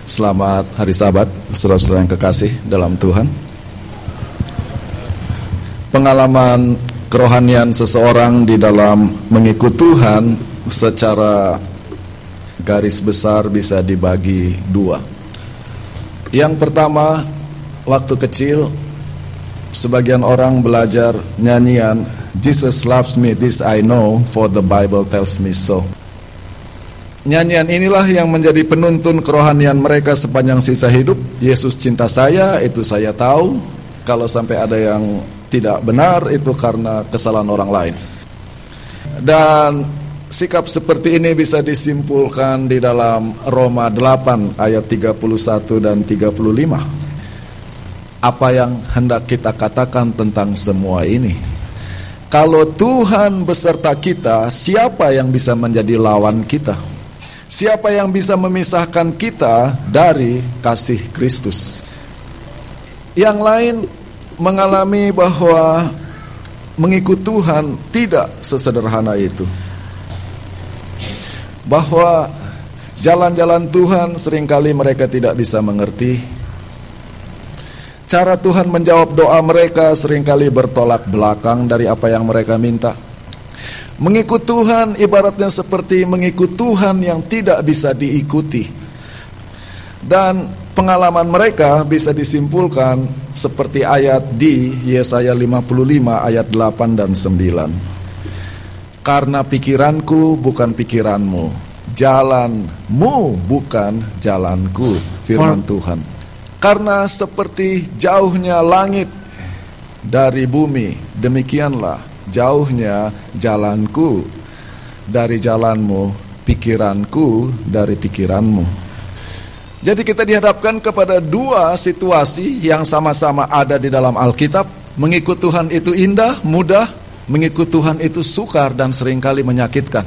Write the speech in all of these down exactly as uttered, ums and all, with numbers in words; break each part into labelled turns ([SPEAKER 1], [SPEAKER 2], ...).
[SPEAKER 1] Selamat hari Sabat, saudara-saudara yang kekasih dalam Tuhan. Pengalaman kerohanian seseorang di dalam mengikut Tuhan secara garis besar bisa dibagi dua. Yang pertama, waktu kecil sebagian orang belajar nyanyian Jesus loves me, this I know, for the Bible tells me so. Nyanyian inilah yang menjadi penuntun kerohanian mereka sepanjang sisa hidup. Yesus cinta saya, itu saya tahu. Kalau sampai ada yang tidak benar, itu karena kesalahan orang lain. Dan sikap seperti ini bisa disimpulkan di dalam Roma delapan ayat tiga puluh satu dan tiga puluh lima. Apa yang hendak kita katakan tentang semua ini? Kalau Tuhan beserta kita, siapa yang bisa menjadi lawan kita? Siapa yang bisa memisahkan kita dari kasih Kristus? Yang lain mengalami bahwa mengikut Tuhan tidak sesederhana itu. Bahwa jalan-jalan Tuhan seringkali mereka tidak bisa mengerti. Cara Tuhan menjawab doa mereka seringkali bertolak belakang dari apa yang mereka minta. Mengikut Tuhan ibaratnya seperti mengikut Tuhan yang tidak bisa diikuti. Dan pengalaman mereka bisa disimpulkan seperti ayat di Yesaya lima puluh lima ayat delapan dan sembilan. Karena pikiranku bukan pikiranmu, jalanmu bukan jalanku, firman Tuhan. Karena seperti jauhnya langit dari bumi, demikianlah jauhnya jalanku dari jalanmu, pikiranku dari pikiranmu. Jadi kita dihadapkan kepada dua situasi yang sama-sama ada di dalam Alkitab. Mengikut Tuhan itu indah, mudah. Mengikut Tuhan itu sukar dan seringkali menyakitkan.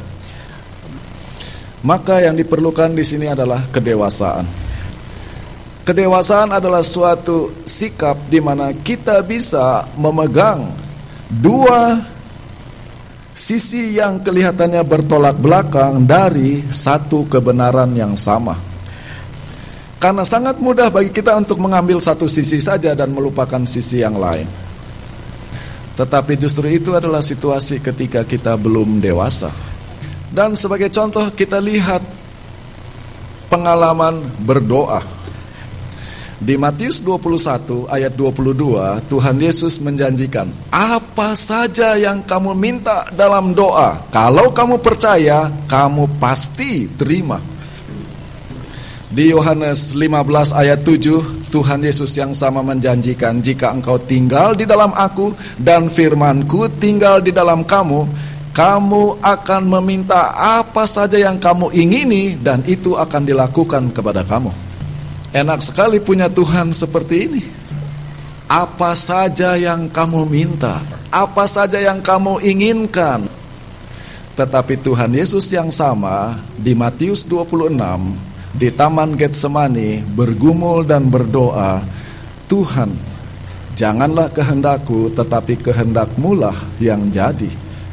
[SPEAKER 1] Maka yang diperlukan di sini adalah kedewasaan. Kedewasaan adalah suatu sikap di mana kita bisa memegang dua sisi yang kelihatannya bertolak belakang dari satu kebenaran yang sama. Karena sangat mudah bagi kita untuk mengambil satu sisi saja dan melupakan sisi yang lain. Tetapi justru itu adalah situasi ketika kita belum dewasa. Dan sebagai contoh kita lihat pengalaman berdoa. Di Matius dua puluh satu ayat dua puluh dua, Tuhan Yesus menjanjikan, apa saja yang kamu minta dalam doa, kalau kamu percaya, kamu pasti terima. Di Yohanes lima belas ayat tujuh, Tuhan Yesus yang sama menjanjikan, jika engkau tinggal di dalam aku dan firman-Ku tinggal di dalam kamu, kamu akan meminta apa saja yang kamu ingini dan itu akan dilakukan kepada kamu. Enak sekali punya Tuhan seperti ini. Apa saja yang kamu minta, apa saja yang kamu inginkan. Tetapi Tuhan Yesus yang sama di Matius dua puluh enam di Taman Getsemani bergumul dan berdoa, Tuhan, janganlah kehendakku tetapi kehendak-Mu-lah yang jadi.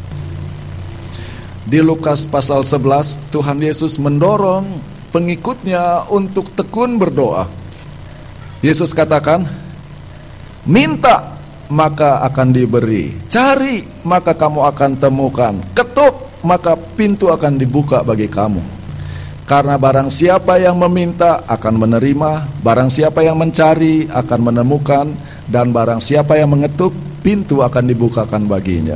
[SPEAKER 1] Di Lukas pasal sebelas, Tuhan Yesus mendorong pengikutnya untuk tekun berdoa. Yesus katakan, minta maka akan diberi, cari maka kamu akan temukan, ketuk maka pintu akan dibuka bagi kamu. Karena barang siapa yang meminta akan menerima, barang siapa yang mencari akan menemukan, dan barang siapa yang mengetuk pintu akan dibukakan baginya.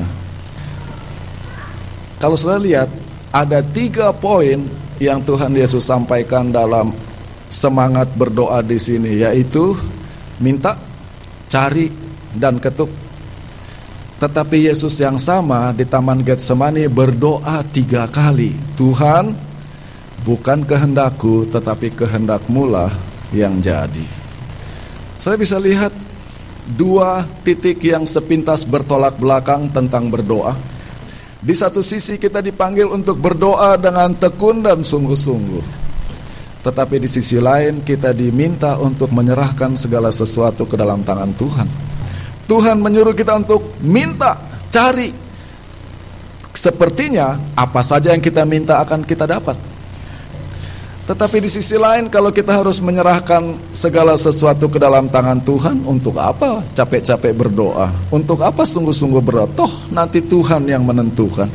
[SPEAKER 1] Kalau saudara lihat, ada tiga poin yang Tuhan Yesus sampaikan dalam semangat berdoa di sini, yaitu minta, cari, dan ketuk. Tetapi Yesus yang sama di Taman Getsemani berdoa tiga kali, Tuhan, bukan kehendakku tetapi kehendak-Mu-lah yang jadi. Saya bisa lihat dua titik yang sepintas bertolak belakang tentang berdoa. Di satu sisi kita dipanggil untuk berdoa dengan tekun dan sungguh-sungguh. Tetapi di sisi lain kita diminta untuk menyerahkan segala sesuatu ke dalam tangan Tuhan. Tuhan menyuruh kita untuk minta, cari. Sepertinya apa saja yang kita minta akan kita dapat. Tetapi di sisi lain, kalau kita harus menyerahkan segala sesuatu ke dalam tangan Tuhan, untuk apa capek-capek berdoa? Untuk apa sungguh-sungguh berdoa? Toh nanti Tuhan yang menentukan.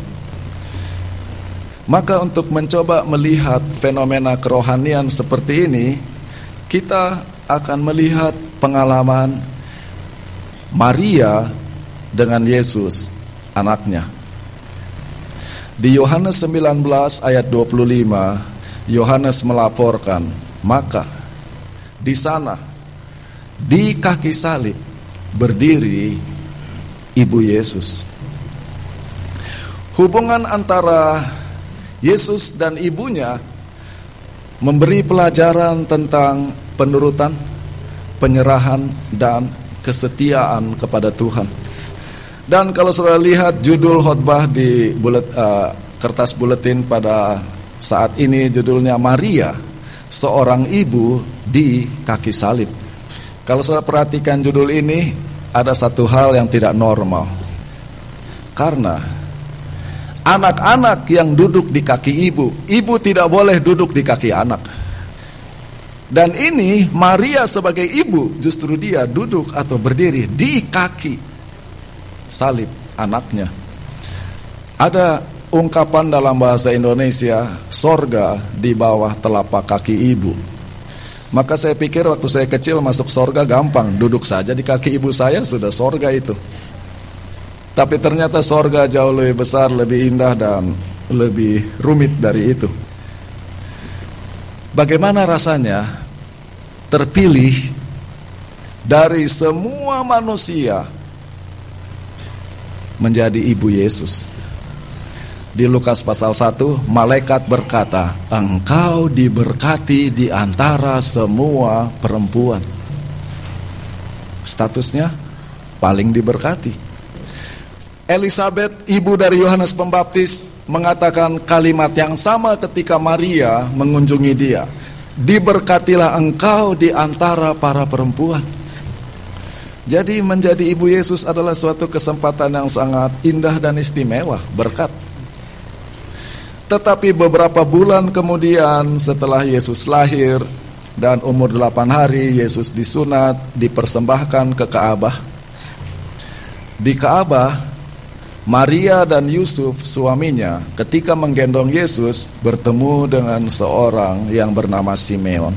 [SPEAKER 1] Maka untuk mencoba melihat fenomena kerohanian seperti ini, kita akan melihat pengalaman Maria dengan Yesus, anaknya. Di Yohanes sembilan belas ayat dua puluh lima, Yohanes melaporkan, maka di sana di kaki salib berdiri ibu Yesus. Hubungan antara Yesus dan ibunya memberi pelajaran tentang penurutan, penyerahan, dan kesetiaan kepada Tuhan. Dan kalau saudara lihat judul khotbah di bulet, uh, kertas buletin pada saat ini, judulnya Maria, seorang ibu di kaki salib. Kalau saudara perhatikan judul ini, ada satu hal yang tidak normal. Karena anak-anak yang duduk di kaki ibu, ibu tidak boleh duduk di kaki anak. Dan ini Maria sebagai ibu, justru dia duduk atau berdiri di kaki salib anaknya. Ada ungkapan dalam bahasa Indonesia, sorga di bawah telapak kaki ibu. Maka saya pikir waktu saya kecil masuk sorga gampang, duduk saja di kaki ibu saya sudah sorga itu. Tapi ternyata sorga jauh lebih besar, lebih indah, dan lebih rumit dari itu. Bagaimana rasanya terpilih dari semua manusia menjadi ibu Yesus? Di Lukas pasal satu, malaikat berkata, engkau diberkati di antara semua perempuan. Statusnya paling diberkati. Elisabet, ibu dari Yohanes Pembaptis, mengatakan kalimat yang sama ketika Maria mengunjungi dia. Diberkatilah engkau di antara para perempuan. Jadi menjadi ibu Yesus adalah suatu kesempatan yang sangat indah dan istimewa, berkat. Tetapi beberapa bulan kemudian setelah Yesus lahir dan umur delapan hari, Yesus disunat, dipersembahkan ke Ka'bah. Di Ka'bah, Maria dan Yusuf suaminya ketika menggendong Yesus bertemu dengan seorang yang bernama Simeon.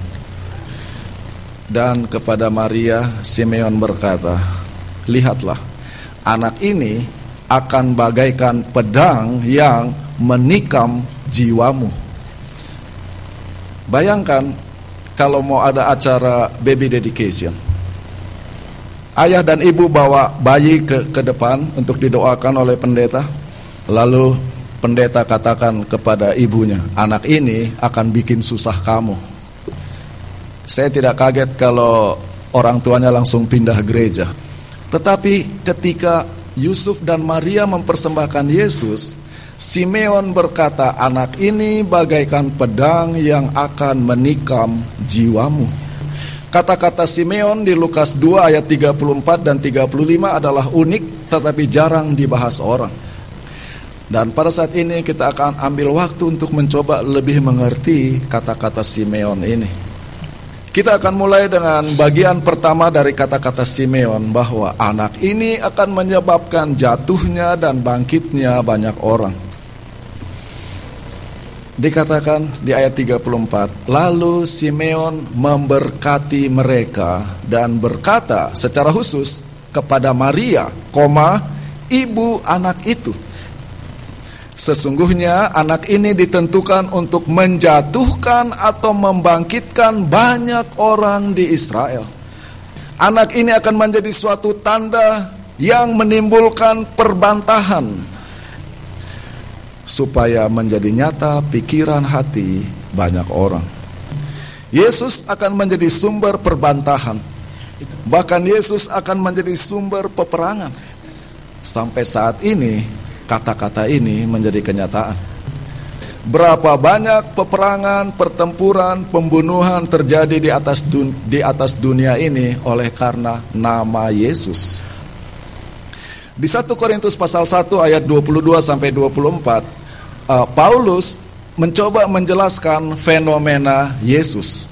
[SPEAKER 1] Dan kepada Maria, Simeon berkata, lihatlah, anak ini akan bagaikan pedang yang menikam jiwamu. Bayangkan kalau mau ada acara baby dedication, ayah dan ibu bawa bayi ke, ke depan untuk didoakan oleh pendeta. Lalu pendeta katakan kepada ibunya, anak ini akan bikin susah kamu. Saya tidak kaget kalau orang tuanya langsung pindah gereja. Tetapi ketika Yusuf dan Maria mempersembahkan Yesus, Simeon berkata, anak ini bagaikan pedang yang akan menikam jiwamu. Kata-kata Simeon di Lukas dua ayat tiga puluh empat dan tiga puluh lima adalah unik tetapi jarang dibahas orang. Dan pada saat ini kita akan ambil waktu untuk mencoba lebih mengerti kata-kata Simeon ini. Kita akan mulai dengan bagian pertama dari kata-kata Simeon, bahwa anak ini akan menyebabkan jatuhnya dan bangkitnya banyak orang. Dikatakan di ayat tiga puluh empat, lalu Simeon memberkati mereka dan berkata secara khusus kepada Maria, koma, ibu anak itu. Sesungguhnya anak ini ditentukan untuk menjatuhkan atau membangkitkan banyak orang di Israel. Anak ini akan menjadi suatu tanda yang menimbulkan perbantahan, supaya menjadi nyata pikiran hati banyak orang. Yesus akan menjadi sumber perbantahan. Bahkan Yesus akan menjadi sumber peperangan. Sampai saat ini kata-kata ini menjadi kenyataan. Berapa banyak peperangan, pertempuran, pembunuhan terjadi di atas dun- di atas dunia ini oleh karena nama Yesus. Di satu Korintus pasal satu ayat dua puluh dua sampai dua puluh empat, uh, Paulus mencoba menjelaskan fenomena Yesus.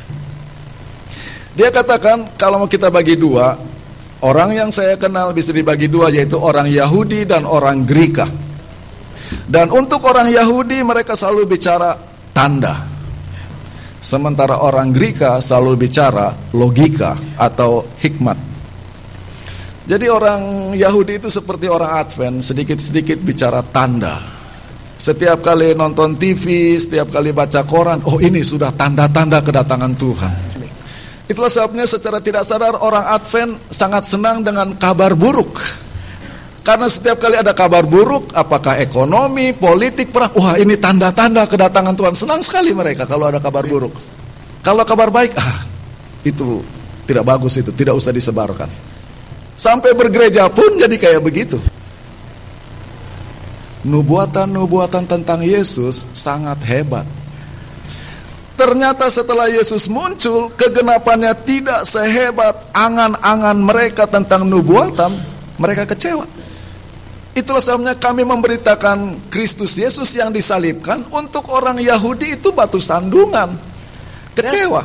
[SPEAKER 1] Dia katakan kalau kita bagi dua, orang yang saya kenal bisa dibagi dua, yaitu orang Yahudi dan orang Greka. Dan untuk orang Yahudi mereka selalu bicara tanda, sementara orang Greka selalu bicara logika atau hikmat. Jadi orang Yahudi itu seperti orang Advent, sedikit-sedikit bicara tanda. Setiap kali nonton T V, setiap kali baca koran, oh ini sudah tanda-tanda kedatangan Tuhan. Itulah sebabnya secara tidak sadar orang Advent sangat senang dengan kabar buruk. Karena setiap kali ada kabar buruk, apakah ekonomi, politik, perang, wah ini tanda-tanda kedatangan Tuhan. Senang sekali mereka kalau ada kabar buruk. Kalau kabar baik, ah itu tidak bagus, itu tidak usah disebarkan. Sampai bergereja pun jadi kayak begitu. Nubuatan-nubuatan tentang Yesus sangat hebat. Ternyata setelah Yesus muncul, kegenapannya tidak sehebat angan-angan mereka tentang nubuatan. Mereka kecewa. Itulah sebabnya kami memberitakan Kristus Yesus yang disalibkan. Untuk orang Yahudi itu batu sandungan. Kecewa.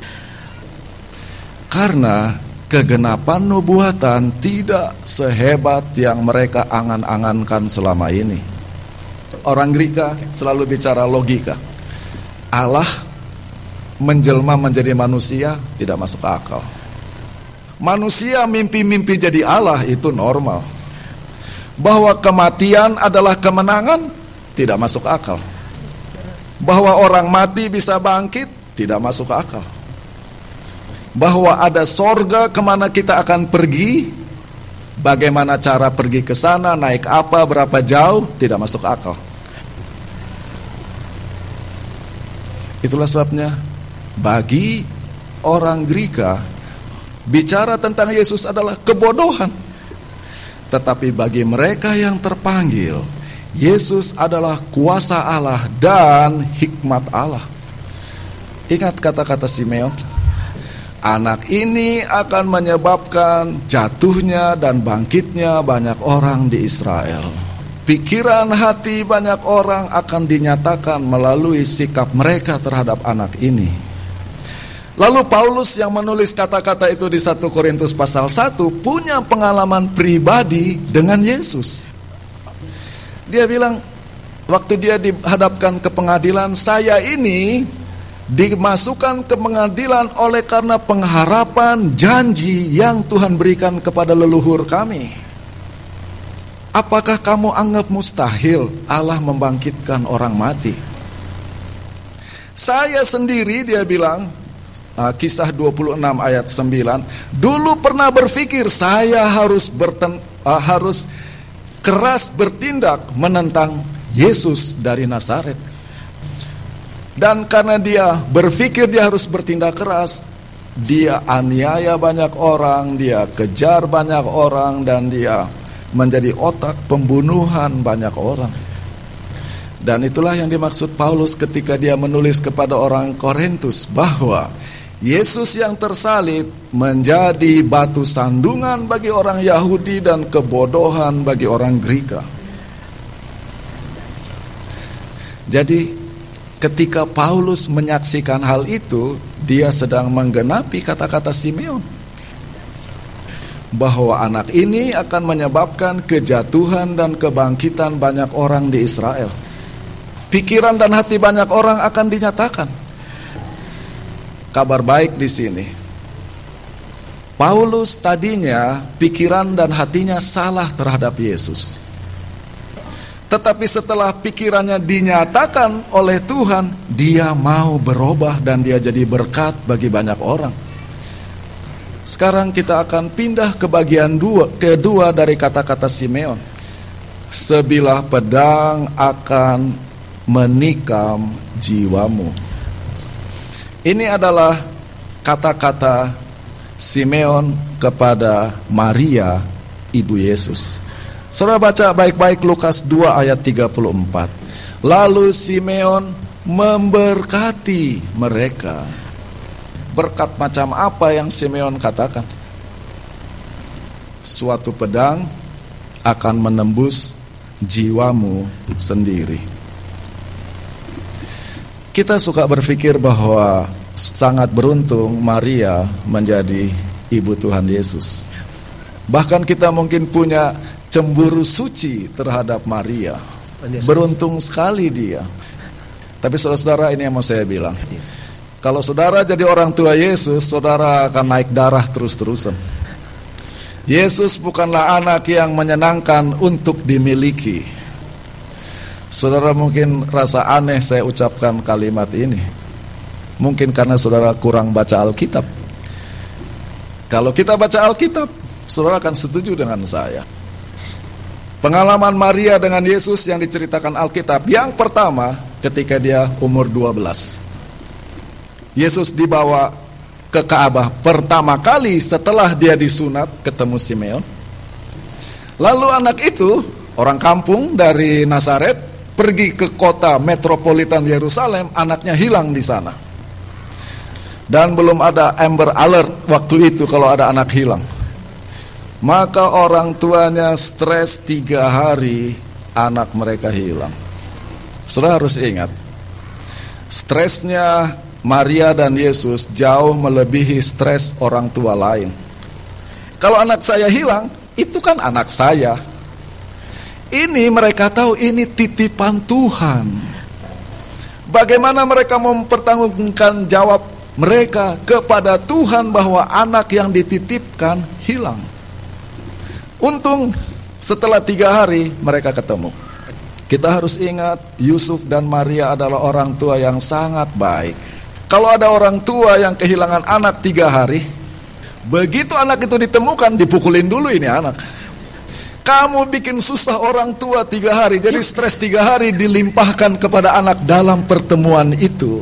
[SPEAKER 1] Karena kegenapan nubuatan tidak sehebat yang mereka angan-angankan selama ini. Orang Greka selalu bicara logika. Allah menjelma menjadi manusia tidak masuk akal. Manusia mimpi-mimpi jadi Allah itu normal. Bahwa kematian adalah kemenangan tidak masuk akal. Bahwa orang mati bisa bangkit tidak masuk akal. Bahwa ada sorga kemana kita akan pergi, bagaimana cara pergi ke sana, naik apa, berapa jauh, tidak masuk akal. Itulah sebabnya bagi orang Greka bicara tentang Yesus adalah kebodohan. Tetapi bagi mereka yang terpanggil, Yesus adalah kuasa Allah dan hikmat Allah. Ingat kata-kata Simeon, anak ini akan menyebabkan jatuhnya dan bangkitnya banyak orang di Israel. Pikiran hati banyak orang akan dinyatakan melalui sikap mereka terhadap anak ini. Lalu Paulus yang menulis kata-kata itu di satu Korintus pasal satu punya pengalaman pribadi dengan Yesus. Dia bilang, waktu dia dihadapkan ke pengadilan, saya ini dimasukkan ke pengadilan oleh karena pengharapan janji yang Tuhan berikan kepada leluhur kami. Apakah kamu anggap mustahil Allah membangkitkan orang mati? Saya sendiri, dia bilang, Kisah dua puluh enam ayat sembilan, dulu pernah berpikir saya harus berten, uh, harus keras bertindak menentang Yesus dari Nazaret. Dan karena dia berpikir dia harus bertindak keras, dia aniaya banyak orang, dia kejar banyak orang, dan dia menjadi otak pembunuhan banyak orang. Dan itulah yang dimaksud Paulus ketika dia menulis kepada orang Korintus bahwa Yesus yang tersalib menjadi batu sandungan bagi orang Yahudi dan kebodohan bagi orang Greka. Jadi ketika Paulus menyaksikan hal itu, dia sedang menggenapi kata-kata Simeon, bahwa anak ini akan menyebabkan kejatuhan dan kebangkitan banyak orang di Israel. Pikiran dan hati banyak orang akan dinyatakan. Kabar baik di sini. Paulus tadinya pikiran dan hatinya salah terhadap Yesus. Tetapi setelah pikirannya dinyatakan oleh Tuhan, dia mau berubah dan dia jadi berkat bagi banyak orang. Sekarang kita akan pindah ke bagian dua, kedua dari kata-kata Simeon. Sebilah pedang akan menikam jiwamu. Ini adalah kata-kata Simeon kepada Maria, ibu Yesus. Saudara baca baik-baik Lukas dua ayat tiga puluh empat. Lalu Simeon memberkati mereka. Berkat macam apa yang Simeon katakan? Suatu pedang akan menembus jiwamu sendiri. Kita suka berpikir bahwa sangat beruntung Maria menjadi ibu Tuhan Yesus. Bahkan kita mungkin punya cemburu suci terhadap Maria. Beruntung sekali dia. Tapi saudara-saudara, ini yang mau saya bilang. Kalau saudara jadi orang tua Yesus, saudara akan naik darah terus-terusan. Yesus bukanlah anak yang menyenangkan untuk dimiliki. Saudara mungkin rasa aneh saya ucapkan kalimat ini. Mungkin karena saudara kurang baca Alkitab. Kalau kita baca Alkitab, saudara akan setuju dengan saya. Pengalaman Maria dengan Yesus yang diceritakan Alkitab, yang pertama ketika dia umur dua belas. Yesus dibawa ke Ka'bah pertama kali setelah dia disunat, ketemu Simeon. Lalu anak itu, orang kampung dari Nazaret, pergi ke kota metropolitan Yerusalem, anaknya hilang di sana. Dan belum ada Amber Alert waktu itu kalau ada anak hilang. Maka orang tuanya stres tiga hari anak mereka hilang. Saudara harus ingat, stresnya Maria dan Yesus jauh melebihi stres orang tua lain. Kalau anak saya hilang, itu kan anak saya. Ini mereka tahu ini titipan Tuhan. Bagaimana mereka mempertanggungjawabkan jawab mereka kepada Tuhan bahwa anak yang dititipkan hilang. Untung setelah tiga hari mereka ketemu. Kita harus ingat, Yusuf dan Maria adalah orang tua yang sangat baik. Kalau ada orang tua yang kehilangan anak tiga hari, begitu anak itu ditemukan, dipukulin dulu ini anak. Kamu bikin susah orang tua tiga hari, jadi stres tiga hari dilimpahkan kepada anak dalam pertemuan itu.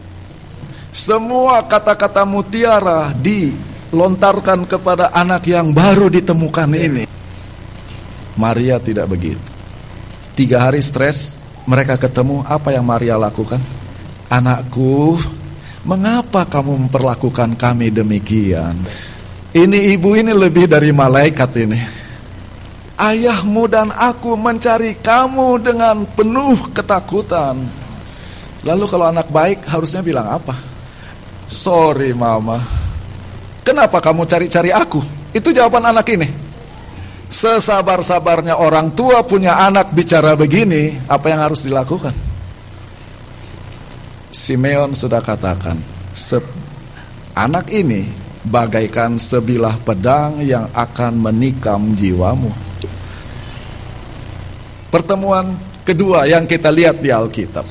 [SPEAKER 1] Semua kata-kata mutiara dilontarkan kepada anak yang baru ditemukan ini. Maria tidak begitu. Tiga hari stres, mereka ketemu, apa yang Maria lakukan? Anakku, mengapa kamu memperlakukan kami demikian? Ini ibu ini lebih dari malaikat ini. Ayahmu dan aku mencari kamu dengan penuh ketakutan. Lalu kalau anak baik harusnya bilang apa? Sorry mama, kenapa kamu cari-cari aku? Itu jawaban anak ini. Sesabar-sabarnya orang tua punya anak bicara begini, apa yang harus dilakukan? Simeon sudah katakan, anak ini bagaikan sebilah pedang yang akan menikam jiwamu. Pertemuan kedua yang kita lihat di Alkitab.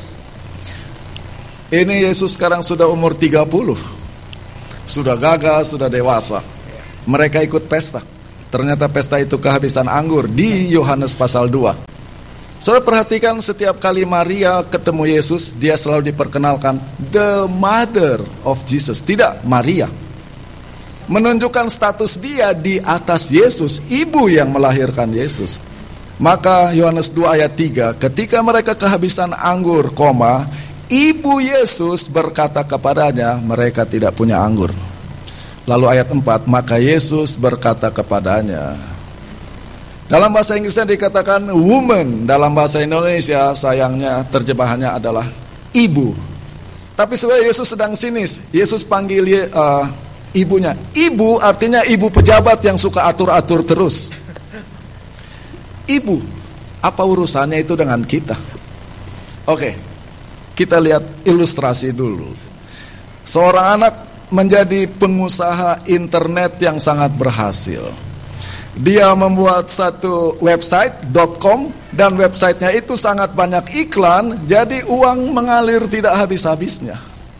[SPEAKER 1] Ini Yesus sekarang sudah umur tiga puluh. Sudah gagah, sudah dewasa. Mereka ikut pesta. Ternyata pesta itu kehabisan anggur di Yohanes pasal dua. Saudara perhatikan, setiap kali Maria ketemu Yesus, dia selalu diperkenalkan the mother of Jesus, tidak Maria. Menunjukkan status dia di atas Yesus, ibu yang melahirkan Yesus. Maka Yohanes dua ayat tiga, ketika mereka kehabisan anggur, koma, ibu Yesus berkata kepadanya, mereka tidak punya anggur. Lalu ayat empat, maka Yesus berkata kepadanya. Dalam bahasa Inggrisnya dikatakan woman, dalam bahasa Indonesia sayangnya terjemahannya adalah ibu. Tapi sebenarnya Yesus sedang sinis. Yesus panggil uh, ibunya. Ibu artinya ibu pejabat yang suka atur-atur terus. Ibu, apa urusannya itu dengan kita? Oke, kita lihat ilustrasi dulu. Seorang anak menjadi pengusaha internet yang sangat berhasil. Dia membuat satu website .com dan websitenya itu sangat banyak iklan, jadi uang mengalir tidak habis-habisnya.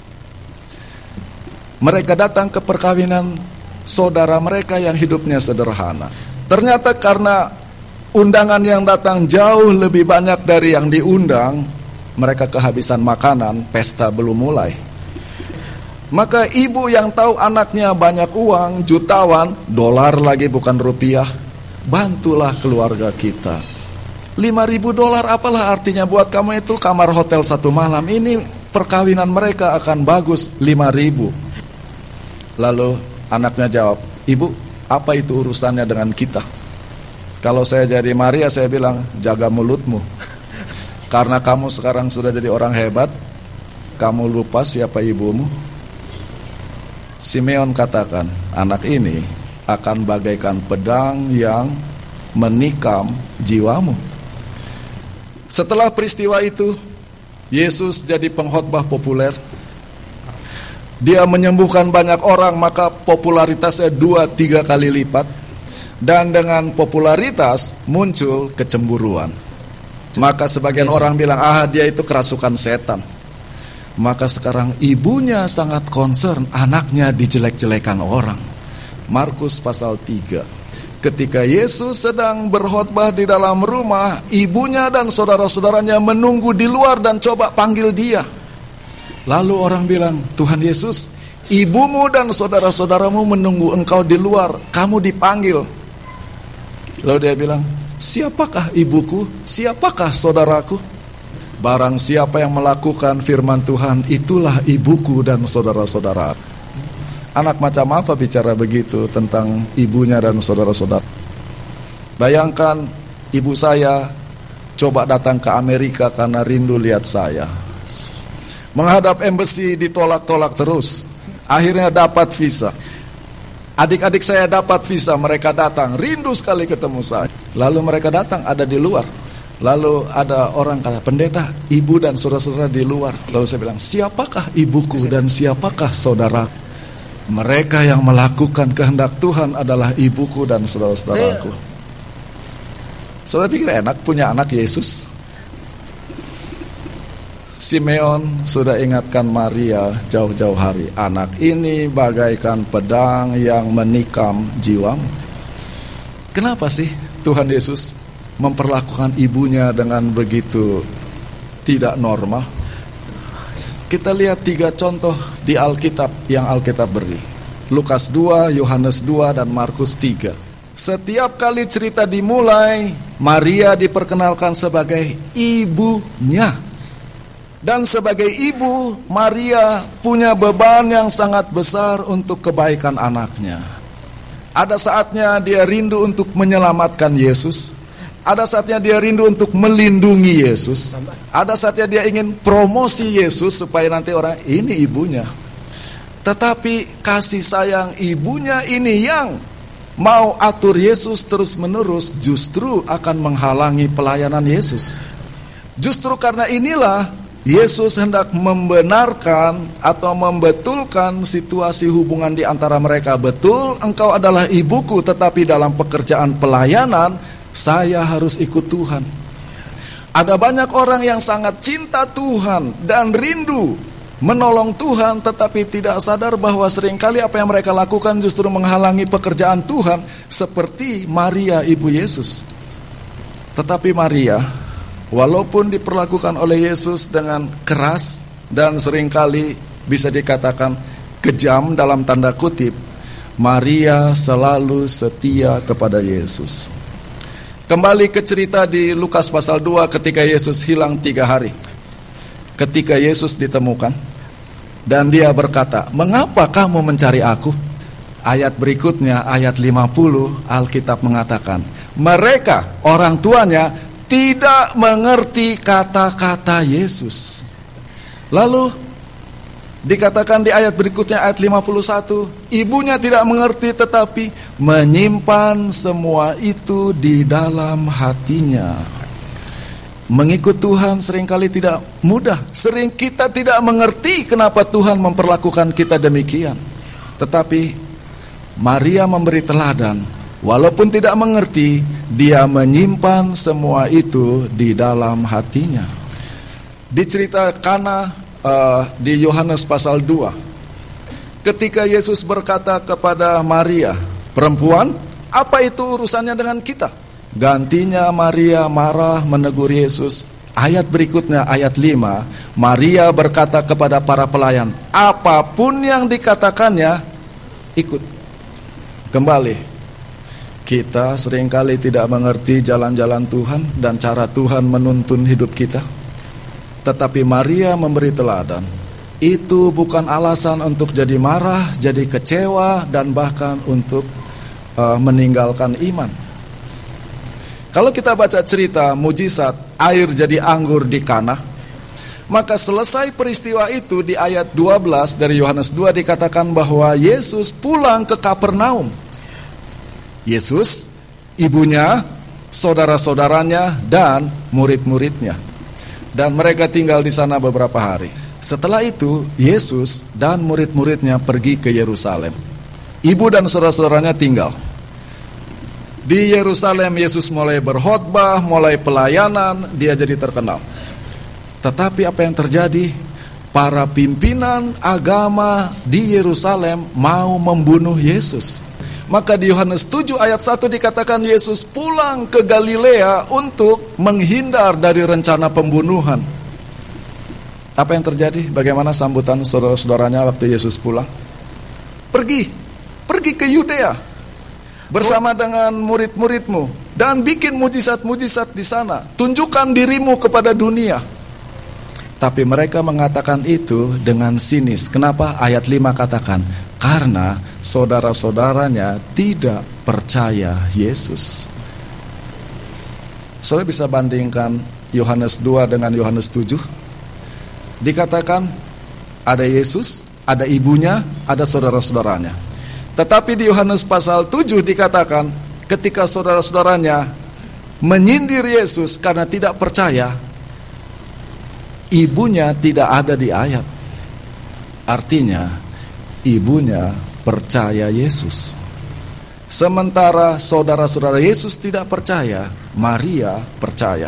[SPEAKER 1] Mereka datang ke perkawinan saudara mereka yang hidupnya sederhana. Ternyata karena undangan yang datang jauh lebih banyak dari yang diundang, mereka kehabisan makanan, pesta belum mulai. Maka ibu yang tahu anaknya banyak uang, jutawan, dolar lagi bukan rupiah, bantulah keluarga kita. lima ribu dolar apalah artinya buat kamu itu kamar hotel satu malam. Ini perkawinan mereka akan bagus, lima ribu. Lalu anaknya jawab, ibu, apa itu urusannya dengan kita? Kalau saya jadi Maria, saya bilang, jaga mulutmu. Karena kamu sekarang sudah jadi orang hebat, kamu lupa siapa ibumu? Simeon katakan, anak ini akan bagaikan pedang yang menikam jiwamu. Setelah peristiwa itu, Yesus jadi pengkhotbah populer. Dia menyembuhkan banyak orang, maka popularitasnya dua tiga kali lipat. Dan dengan popularitas muncul kecemburuan. Maka sebagian orang bilang, ah dia itu kerasukan setan. Maka sekarang ibunya sangat concern anaknya dijelek-jelekan orang. Markus pasal tiga. Ketika Yesus sedang berkhotbah di dalam rumah, ibunya dan saudara-saudaranya menunggu di luar dan coba panggil dia. Lalu orang bilang, Tuhan Yesus, ibumu dan saudara-saudaramu menunggu engkau di luar, kamu dipanggil. Lalu dia bilang, siapakah ibuku? Siapakah saudaraku? Barang siapa yang melakukan firman Tuhan, itulah ibuku dan saudara-saudara. Anak macam apa bicara begitu tentang ibunya dan saudara-saudara? Bayangkan ibu saya coba datang ke Amerika karena rindu lihat saya. Menghadap embassy ditolak-tolak terus. Akhirnya dapat visa. Adik-adik saya dapat visa, mereka datang, rindu sekali ketemu saya. Lalu mereka datang, ada di luar. Lalu ada orang kata, pendeta, ibu dan saudara-saudara di luar. Lalu saya bilang, siapakah ibuku dan siapakah saudara? Mereka yang melakukan kehendak Tuhan adalah ibuku dan saudara-saudaraku. Saudara pikir enak punya anak Yesus? Simeon sudah ingatkan Maria jauh-jauh hari, anak ini bagaikan pedang yang menikam jiwamu. Kenapa sih Tuhan Yesus memperlakukan ibunya dengan begitu tidak normal? Kita lihat tiga contoh di Alkitab yang Alkitab beri. Lukas dua, Yohanes dua, dan Markus tiga. Setiap kali cerita dimulai, Maria diperkenalkan sebagai ibunya. Dan sebagai ibu, Maria punya beban yang sangat besar untuk kebaikan anaknya. Ada saatnya dia rindu untuk menyelamatkan Yesus. Ada saatnya dia rindu untuk melindungi Yesus. Ada saatnya dia ingin promosi Yesus supaya nanti orang, ini ibunya. Tetapi kasih sayang ibunya ini yang mau atur Yesus terus menerus justru akan menghalangi pelayanan Yesus. Justru karena inilah Yesus hendak membenarkan atau membetulkan situasi hubungan di antara mereka. Betul, engkau adalah ibuku, tetapi dalam pekerjaan pelayanan saya harus ikut Tuhan. Ada banyak orang yang sangat cinta Tuhan dan rindu menolong Tuhan, tetapi tidak sadar bahwa seringkali apa yang mereka lakukan justru menghalangi pekerjaan Tuhan, seperti Maria ibu Yesus. Tetapi Maria, walaupun diperlakukan oleh Yesus dengan keras dan seringkali bisa dikatakan kejam dalam tanda kutip, Maria selalu setia kepada Yesus. Kembali ke cerita di Lukas pasal dua ketika Yesus hilang tiga hari. Ketika Yesus ditemukan dan dia berkata, mengapa kamu mencari aku? Ayat berikutnya, ayat lima puluh, Alkitab mengatakan, mereka, orang tuanya, tidak mengerti kata-kata Yesus. Lalu dikatakan di ayat berikutnya, ayat lima puluh satu, ibunya tidak mengerti tetapi menyimpan semua itu di dalam hatinya. Mengikut Tuhan seringkali tidak mudah. Sering kita tidak mengerti kenapa Tuhan memperlakukan kita demikian. Tetapi Maria memberi teladan. Walaupun tidak mengerti, dia menyimpan semua itu di dalam hatinya. Di cerita Kana uh, di Yohanes pasal dua, ketika Yesus berkata kepada Maria, perempuan, apa itu urusannya dengan kita? Gantinya Maria marah menegur Yesus. Ayat berikutnya, ayat lima, Maria berkata kepada para pelayan, apapun yang dikatakannya, ikut. Kembali, kita seringkali tidak mengerti jalan-jalan Tuhan dan cara Tuhan menuntun hidup kita. Tetapi Maria memberi teladan. Itu bukan alasan untuk jadi marah, jadi kecewa, dan bahkan untuk uh, meninggalkan iman. Kalau kita baca cerita mujizat air jadi anggur di Kana, Maka selesai peristiwa itu di ayat dua belas dari Yohanes dua dikatakan bahwa Yesus pulang ke Kapernaum. Yesus, ibunya, saudara-saudaranya, dan murid-muridnya. Dan mereka tinggal di sana beberapa hari. Setelah itu, Yesus dan murid-muridnya pergi ke Yerusalem. Ibu dan saudara-saudaranya tinggal. Di Yerusalem, Yesus mulai berkhotbah, mulai pelayanan, dia jadi terkenal. Tetapi apa yang terjadi? Para pimpinan agama di Yerusalem mau membunuh Yesus. Maka di Yohanes tujuh ayat satu dikatakan Yesus pulang ke Galilea untuk menghindar dari rencana pembunuhan. Apa yang terjadi? Bagaimana sambutan saudara-saudaranya waktu Yesus pulang? Pergi, pergi ke Yudea bersama dengan murid-muridmu dan bikin mujizat-mujizat di sana. Tunjukkan dirimu kepada dunia. Tapi mereka mengatakan itu dengan sinis. Kenapa? Ayat lima katakan, karena saudara-saudaranya tidak percaya Yesus. Saudara bisa bandingkan Yohanes dua dengan Yohanes tujuh. Dikatakan ada Yesus, ada ibunya, ada saudara-saudaranya. Tetapi di Yohanes pasal tujuh dikatakan ketika saudara-saudaranya menyindir Yesus karena tidak percaya, ibunya tidak ada di ayat. Artinya ibunya percaya Yesus. Sementara saudara-saudara Yesus tidak percaya, Maria percaya.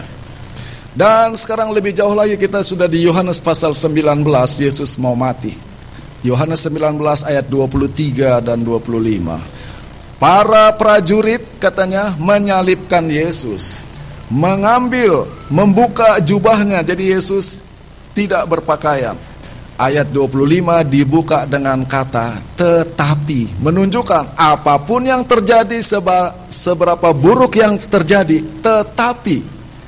[SPEAKER 1] Dan sekarang lebih jauh lagi kita sudah di Yohanes pasal sembilan belas, Yesus mau mati. Yohanes sembilan belas ayat dua puluh tiga dan dua puluh lima. Para prajurit katanya menyalibkan Yesus, mengambil, membuka jubahnya, jadi Yesus tidak berpakaian. Ayat dua puluh lima dibuka dengan kata tetapi, menunjukkan apapun yang terjadi, seba, seberapa buruk yang terjadi, tetapi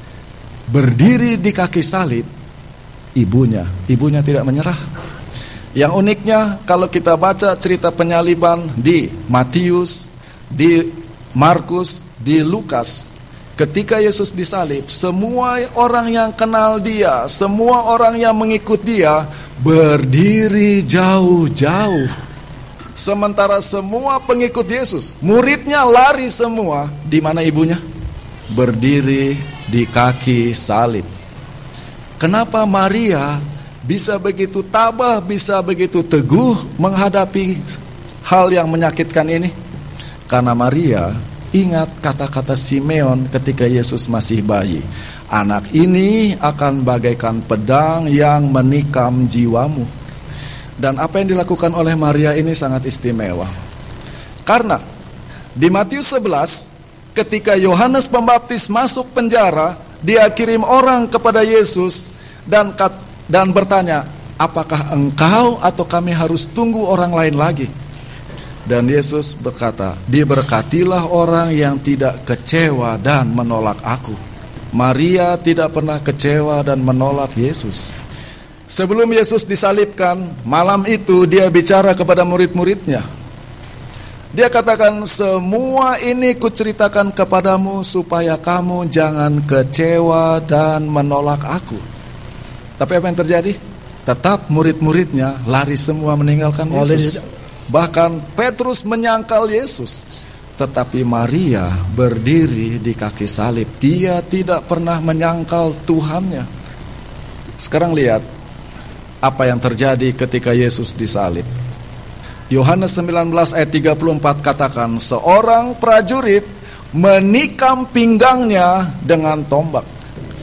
[SPEAKER 1] berdiri di kaki salib ibunya, ibunya tidak menyerah. Yang uniknya kalau kita baca cerita penyaliban di Matius, di Markus, di Lukas, ketika Yesus disalib, semua orang yang kenal dia, semua orang yang mengikut dia berdiri jauh-jauh. Sementara semua pengikut Yesus, muridnya lari semua, di mana ibunya? Berdiri di kaki salib. Kenapa Maria bisa begitu tabah, bisa begitu teguh menghadapi hal yang menyakitkan ini? Karena Maria ingat kata-kata Simeon ketika Yesus masih bayi. Anak ini akan bagaikan pedang yang menikam jiwamu. Dan apa yang dilakukan oleh Maria ini sangat istimewa. Karena di Matius sebelas, ketika Yohanes Pembaptis masuk penjara, dia kirim orang kepada Yesus dan dan bertanya, apakah engkau atau kami harus tunggu orang lain lagi? Dan Yesus berkata, diberkatilah orang yang tidak kecewa dan menolak aku. Maria tidak pernah kecewa dan menolak Yesus. Sebelum Yesus disalibkan, malam itu dia bicara kepada murid-muridnya. Dia katakan, semua ini kuceritakan kepadamu supaya kamu jangan kecewa dan menolak aku. Tapi apa yang terjadi? Tetap murid-muridnya lari semua meninggalkan Yesus. Bahkan Petrus menyangkal Yesus. Tetapi Maria berdiri di kaki salib. Dia tidak pernah menyangkal Tuhannya. Sekarang lihat apa yang terjadi ketika Yesus disalib. Yohanes sembilan belas ayat tiga puluh empat katakan, seorang prajurit menikam pinggangnya dengan tombak.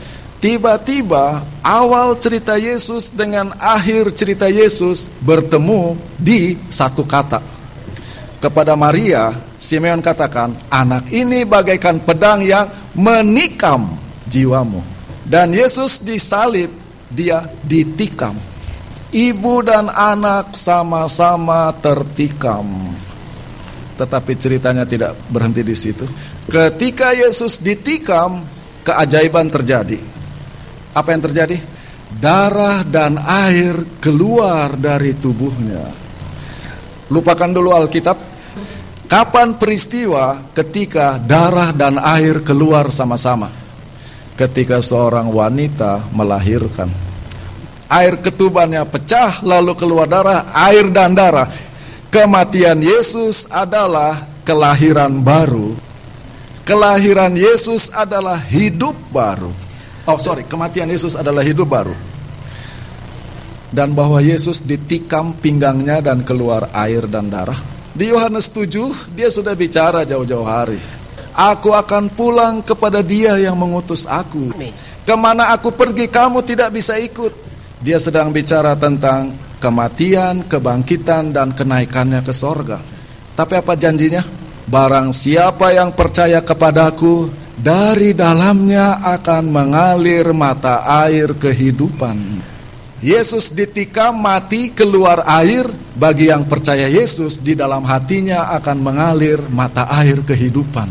[SPEAKER 1] Tiba-tiba awal cerita Yesus dengan akhir cerita Yesus bertemu di satu kata. Kepada Maria, Simeon katakan, anak ini bagaikan pedang yang menikam jiwamu. Dan Yesus disalib, dia ditikam. Ibu dan anak sama-sama tertikam. Tetapi ceritanya tidak berhenti di situ. Ketika Yesus ditikam, keajaiban terjadi. Apa yang terjadi? Darah dan air keluar dari tubuhnya. Lupakan dulu Alkitab. Kapan peristiwa ketika darah dan air keluar sama-sama? Ketika seorang wanita melahirkan. Air ketubannya pecah, lalu keluar darah, air dan darah. Kematian Yesus adalah kelahiran baru. Kelahiran Yesus adalah hidup baru. Oh sorry, kematian Yesus adalah hidup baru. Dan bahwa Yesus ditikam pinggangnya dan keluar air dan darah. Di Yohanes tujuh, dia sudah bicara jauh-jauh hari. Aku akan pulang kepada Dia yang mengutus aku. Kemana aku pergi, kamu tidak bisa ikut. Dia sedang bicara tentang kematian, kebangkitan, dan kenaikannya ke sorga. Tapi apa janjinya? Barang siapa yang percaya kepadaku, dari dalamnya akan mengalir mata air kehidupan. Yesus ditikam, mati, keluar air. Bagi yang percaya Yesus, di dalam hatinya akan mengalir mata air kehidupan.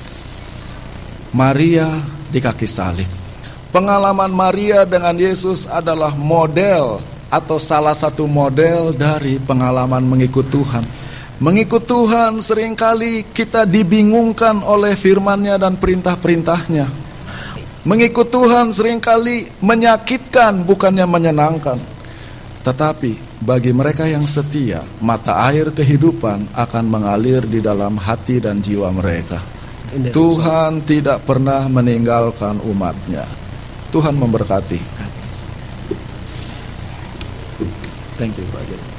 [SPEAKER 1] Maria di kaki salib. Pengalaman Maria dengan Yesus adalah model atau salah satu model dari pengalaman mengikut Tuhan. Mengikut Tuhan seringkali kita dibingungkan oleh firman-Nya dan perintah-perintahnya. Mengikut Tuhan seringkali menyakitkan bukannya menyenangkan. Tetapi bagi mereka yang setia, mata air kehidupan akan mengalir di dalam hati dan jiwa mereka. Tuhan tidak pernah meninggalkan umat-Nya. Tuhan memberkati. Thank you, Pak.